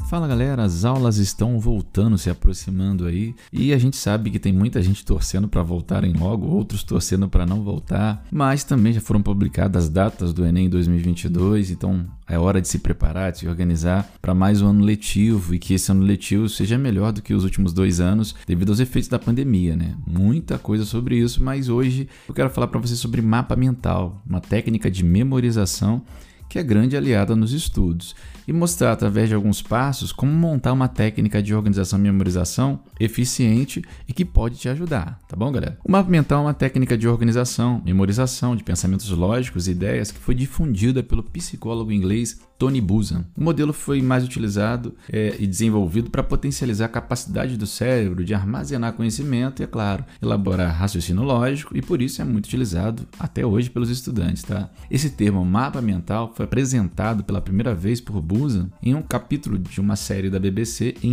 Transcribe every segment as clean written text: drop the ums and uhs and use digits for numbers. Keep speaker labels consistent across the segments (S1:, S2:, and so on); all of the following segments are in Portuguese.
S1: Fala galera, as aulas estão voltando, se aproximando aí, e a gente sabe que tem muita gente torcendo para voltarem logo, outros torcendo para não voltar, mas também já foram publicadas as datas do Enem 2022, então é hora de se preparar, de se organizar para mais um ano letivo e que esse ano letivo seja melhor do que os últimos 2 anos devido aos efeitos da pandemia, né? Muita coisa sobre isso, mas hoje eu quero falar para você sobre mapa mental, uma técnica de memorização que é grande aliada nos estudos, e mostrar através de alguns passos como montar uma técnica de organização e memorização eficiente e que pode te ajudar, tá bom, galera? O mapa mental é uma técnica de organização, memorização de pensamentos lógicos e ideias que foi difundida pelo psicólogo inglês Tony Buzan. O modelo foi mais utilizado e desenvolvido para potencializar a capacidade do cérebro de armazenar conhecimento e, é claro, elaborar raciocínio lógico, e por isso é muito utilizado até hoje pelos estudantes, tá? Esse termo mapa mental foi apresentado pela primeira vez por Buzan em um capítulo de uma série da BBC em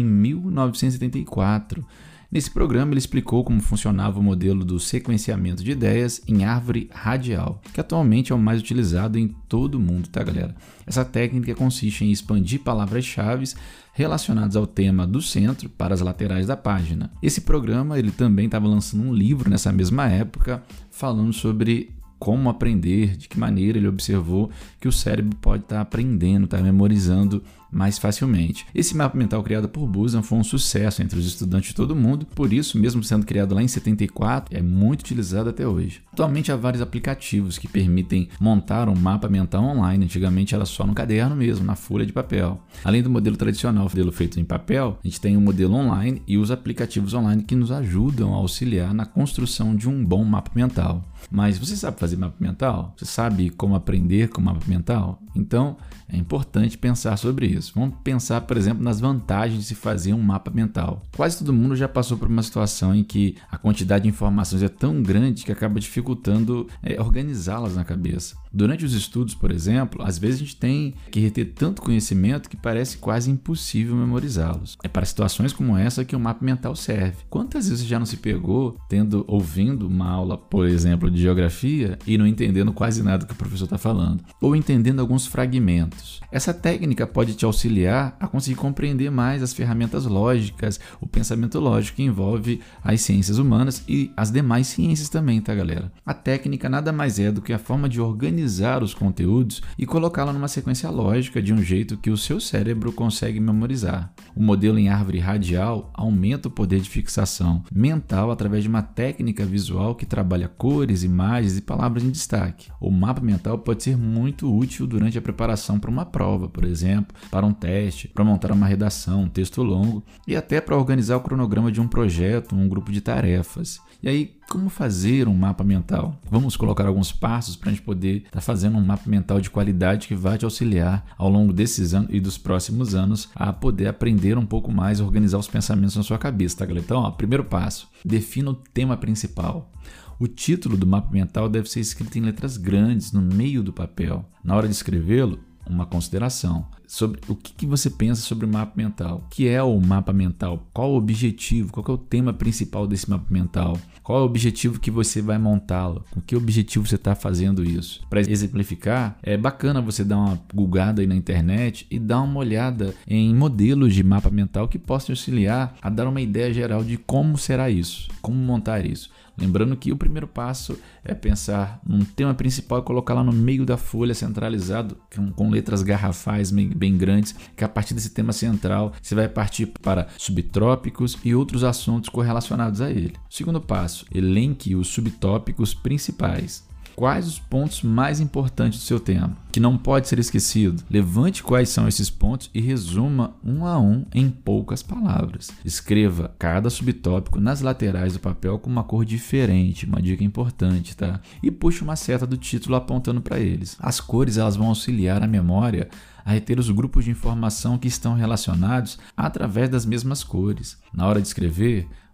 S1: 1974. Nesse programa, ele explicou como funcionava o modelo do sequenciamento de ideias em árvore radial, que atualmente é o mais utilizado em todo o mundo, tá, galera? Essa técnica consiste em expandir palavras-chave relacionadas ao tema do centro para as laterais da página. Esse programa, ele também estava lançando um livro nessa mesma época, falando sobre como aprender, de que maneira ele observou que o cérebro pode estar aprendendo, estar memorizando mais facilmente. Esse mapa mental criado por Buzan foi um sucesso entre os estudantes de todo o mundo, por isso, mesmo sendo criado lá em 74, é muito utilizado até hoje. Atualmente há vários aplicativos que permitem montar um mapa mental online, antigamente era só no caderno mesmo, na folha de papel. Além do modelo tradicional, modelo feito em papel, a gente tem um modelo online e os aplicativos online que nos ajudam a auxiliar na construção de um bom mapa mental. Mas você sabe fazer mapa mental? Você sabe como aprender com mapa mental? Então, é importante pensar sobre isso. Vamos pensar, por exemplo, nas vantagens de se fazer um mapa mental. Quase todo mundo já passou por uma situação em que a quantidade de informações é tão grande que acaba dificultando organizá-las na cabeça. Durante os estudos, por exemplo, às vezes a gente tem que reter tanto conhecimento que parece quase impossível memorizá-los. É para situações como essa que o mapa mental serve. Quantas vezes você já não se pegou ouvindo uma aula, por exemplo, de geografia e não entendendo quase nada que o professor está falando? Ou entendendo alguns fragmentos. Essa técnica pode te auxiliar a conseguir compreender mais as ferramentas lógicas, o pensamento lógico que envolve as ciências humanas e as demais ciências também, tá, galera? A técnica nada mais é do que a forma de organizar os conteúdos e colocá-la numa sequência lógica de um jeito que o seu cérebro consegue memorizar. O modelo em árvore radial aumenta o poder de fixação mental através de uma técnica visual que trabalha cores, imagens e palavras em destaque. O mapa mental pode ser muito útil durante a preparação para uma prova, por exemplo, para um teste, para montar uma redação, um texto longo e até para organizar o cronograma de um projeto, um grupo de tarefas. E aí, como fazer um mapa mental? Vamos colocar alguns passos para a gente poder estar fazendo um mapa mental de qualidade que vai te auxiliar ao longo desses anos e dos próximos anos a poder aprender um pouco mais, organizar os pensamentos na sua cabeça, tá, galera? Então, primeiro passo, defina o tema principal. O título do mapa mental deve ser escrito em letras grandes no meio do papel. Na hora de escrevê-lo, uma consideração sobre o que você pensa sobre o mapa mental. O que é o mapa mental? Qual o objetivo? Qual é o tema principal desse mapa mental? Qual é o objetivo que você vai montá-lo? Com que objetivo você está fazendo isso? Para exemplificar, é bacana você dar uma googada aí na internet e dar uma olhada em modelos de mapa mental que possam auxiliar a dar uma ideia geral de como será isso, como montar isso. Lembrando que o primeiro passo é pensar num tema principal e colocar lá no meio da folha centralizado, com letras garrafais bem grandes, que a partir desse tema central você vai partir para subtópicos e outros assuntos correlacionados a ele. Segundo passo, elenque os subtópicos principais. Quais os pontos mais importantes do seu tema, que não pode ser esquecido? Levante quais são esses pontos e resuma um a um em poucas palavras. Escreva cada subtópico nas laterais do papel com uma cor diferente, uma dica importante, tá? E puxe uma seta do título apontando para eles. As cores elas vão auxiliar a memória a reter os grupos de informação que estão relacionados através das mesmas cores. Na hora de escrever,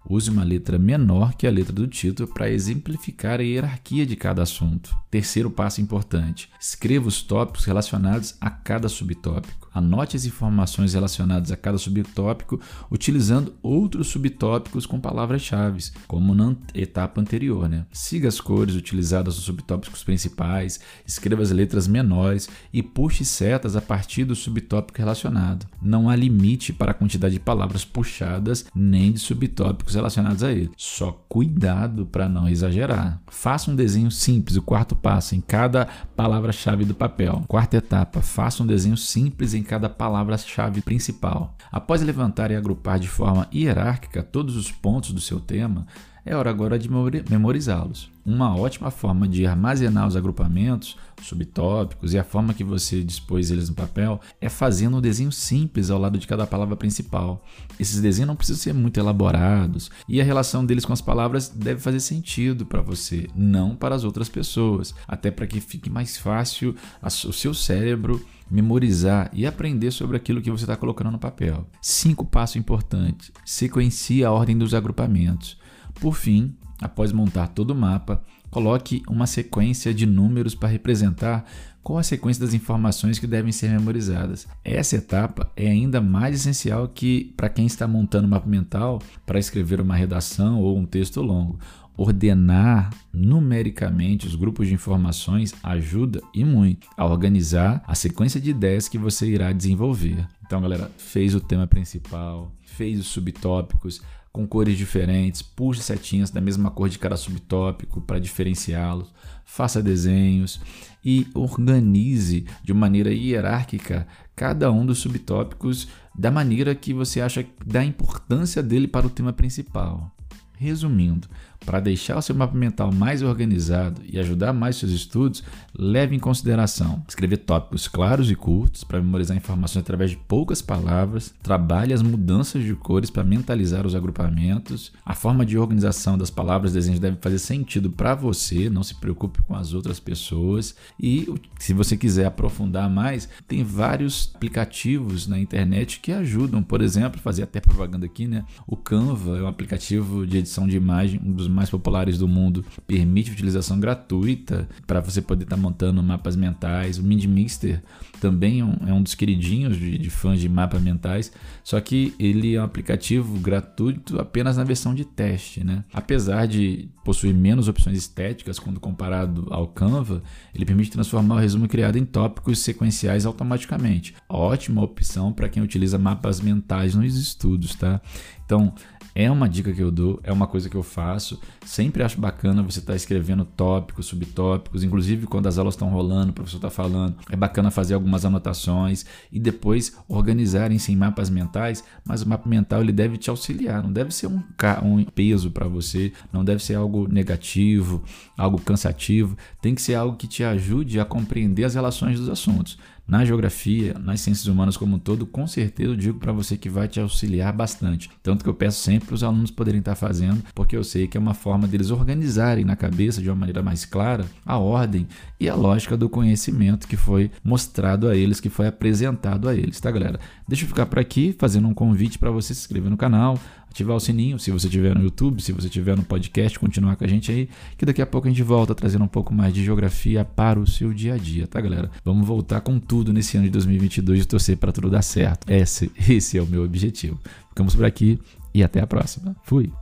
S1: Use uma letra menor que a letra do título para exemplificar a hierarquia de cada assunto. Terceiro passo importante: escreva os tópicos relacionados a cada subtópico. Anote as informações relacionadas a cada subtópico utilizando outros subtópicos com palavras-chave, como na etapa anterior, né? Siga as cores utilizadas nos subtópicos principais, escreva as letras menores e puxe setas a partir do subtópico relacionado. Não há limite para a quantidade de palavras puxadas nem de subtópicos relacionados a ele. Só cuidado para não exagerar. Faça um desenho simples, o quarto passo, em cada palavra-chave do papel. Quarta etapa: faça um desenho simples em cada palavra-chave principal. Após levantar e agrupar de forma hierárquica todos os pontos do seu tema, é hora agora de memorizá-los. Uma ótima forma de armazenar os agrupamentos, subtópicos e a forma que você dispôs eles no papel é fazendo um desenho simples ao lado de cada palavra principal. Esses desenhos não precisam ser muito elaborados e a relação deles com as palavras deve fazer sentido para você, não para as outras pessoas, até para que fique mais fácil o seu cérebro memorizar e aprender sobre aquilo que você está colocando no papel. 5 passos importantes: sequencie a ordem dos agrupamentos. Por fim, após montar todo o mapa, coloque uma sequência de números para representar qual a sequência das informações que devem ser memorizadas. Essa etapa é ainda mais essencial que para quem está montando um mapa mental para escrever uma redação ou um texto longo. Ordenar numericamente os grupos de informações ajuda e muito a organizar a sequência de ideias que você irá desenvolver. Então, galera, fez o tema principal, fez os subtópicos com cores diferentes, puxe setinhas da mesma cor de cada subtópico para diferenciá-los, faça desenhos e organize de maneira hierárquica cada um dos subtópicos da maneira que você acha da importância dele para o tema principal. Resumindo, para deixar o seu mapa mental mais organizado e ajudar mais seus estudos, leve em consideração escrever tópicos claros e curtos para memorizar informações através de poucas palavras, trabalhe as mudanças de cores para mentalizar os agrupamentos, a forma de organização das palavras e desenhos deve fazer sentido para você, não se preocupe com as outras pessoas e se você quiser aprofundar mais, tem vários aplicativos na internet que ajudam, por exemplo, fazer até propaganda aqui, né? O Canva é um aplicativo de edição de imagem, um dos mais populares do mundo, permite utilização gratuita para você poder estar montando mapas mentais. O Minimister também é um dos queridinhos de fãs de mapas mentais, só que ele é um aplicativo gratuito apenas na versão de teste, né? Apesar de possuir menos opções estéticas quando comparado ao Canva, ele permite transformar o resumo criado em tópicos sequenciais automaticamente. Ótima opção para quem utiliza mapas mentais nos estudos, tá? Então, é uma dica que eu dou, é uma coisa que eu faço. Sempre acho bacana você estar escrevendo tópicos, subtópicos, inclusive quando as aulas estão rolando, o professor está falando, é bacana fazer algumas anotações e depois organizarem-se em mapas mentais, mas o mapa mental ele deve te auxiliar, não deve ser um peso para você, não deve ser algo negativo, algo cansativo, tem que ser algo que te ajude a compreender as relações dos assuntos. Na geografia, nas ciências humanas como um todo, com certeza eu digo para você que vai te auxiliar bastante. Tanto que eu peço sempre para os alunos poderem estar fazendo, porque eu sei que é uma forma deles organizarem na cabeça de uma maneira mais clara a ordem e a lógica do conhecimento que foi mostrado a eles, que foi apresentado a eles, tá, galera? Deixa eu ficar por aqui fazendo um convite para você se inscrever no canal, ativar o sininho, se você estiver no YouTube, se você estiver no podcast, continuar com a gente aí, que daqui a pouco a gente volta trazendo um pouco mais de geografia para o seu dia a dia, tá, galera? Vamos voltar com tudo nesse ano de 2022 e torcer para tudo dar certo. Esse é o meu objetivo. Ficamos por aqui e até a próxima. Fui!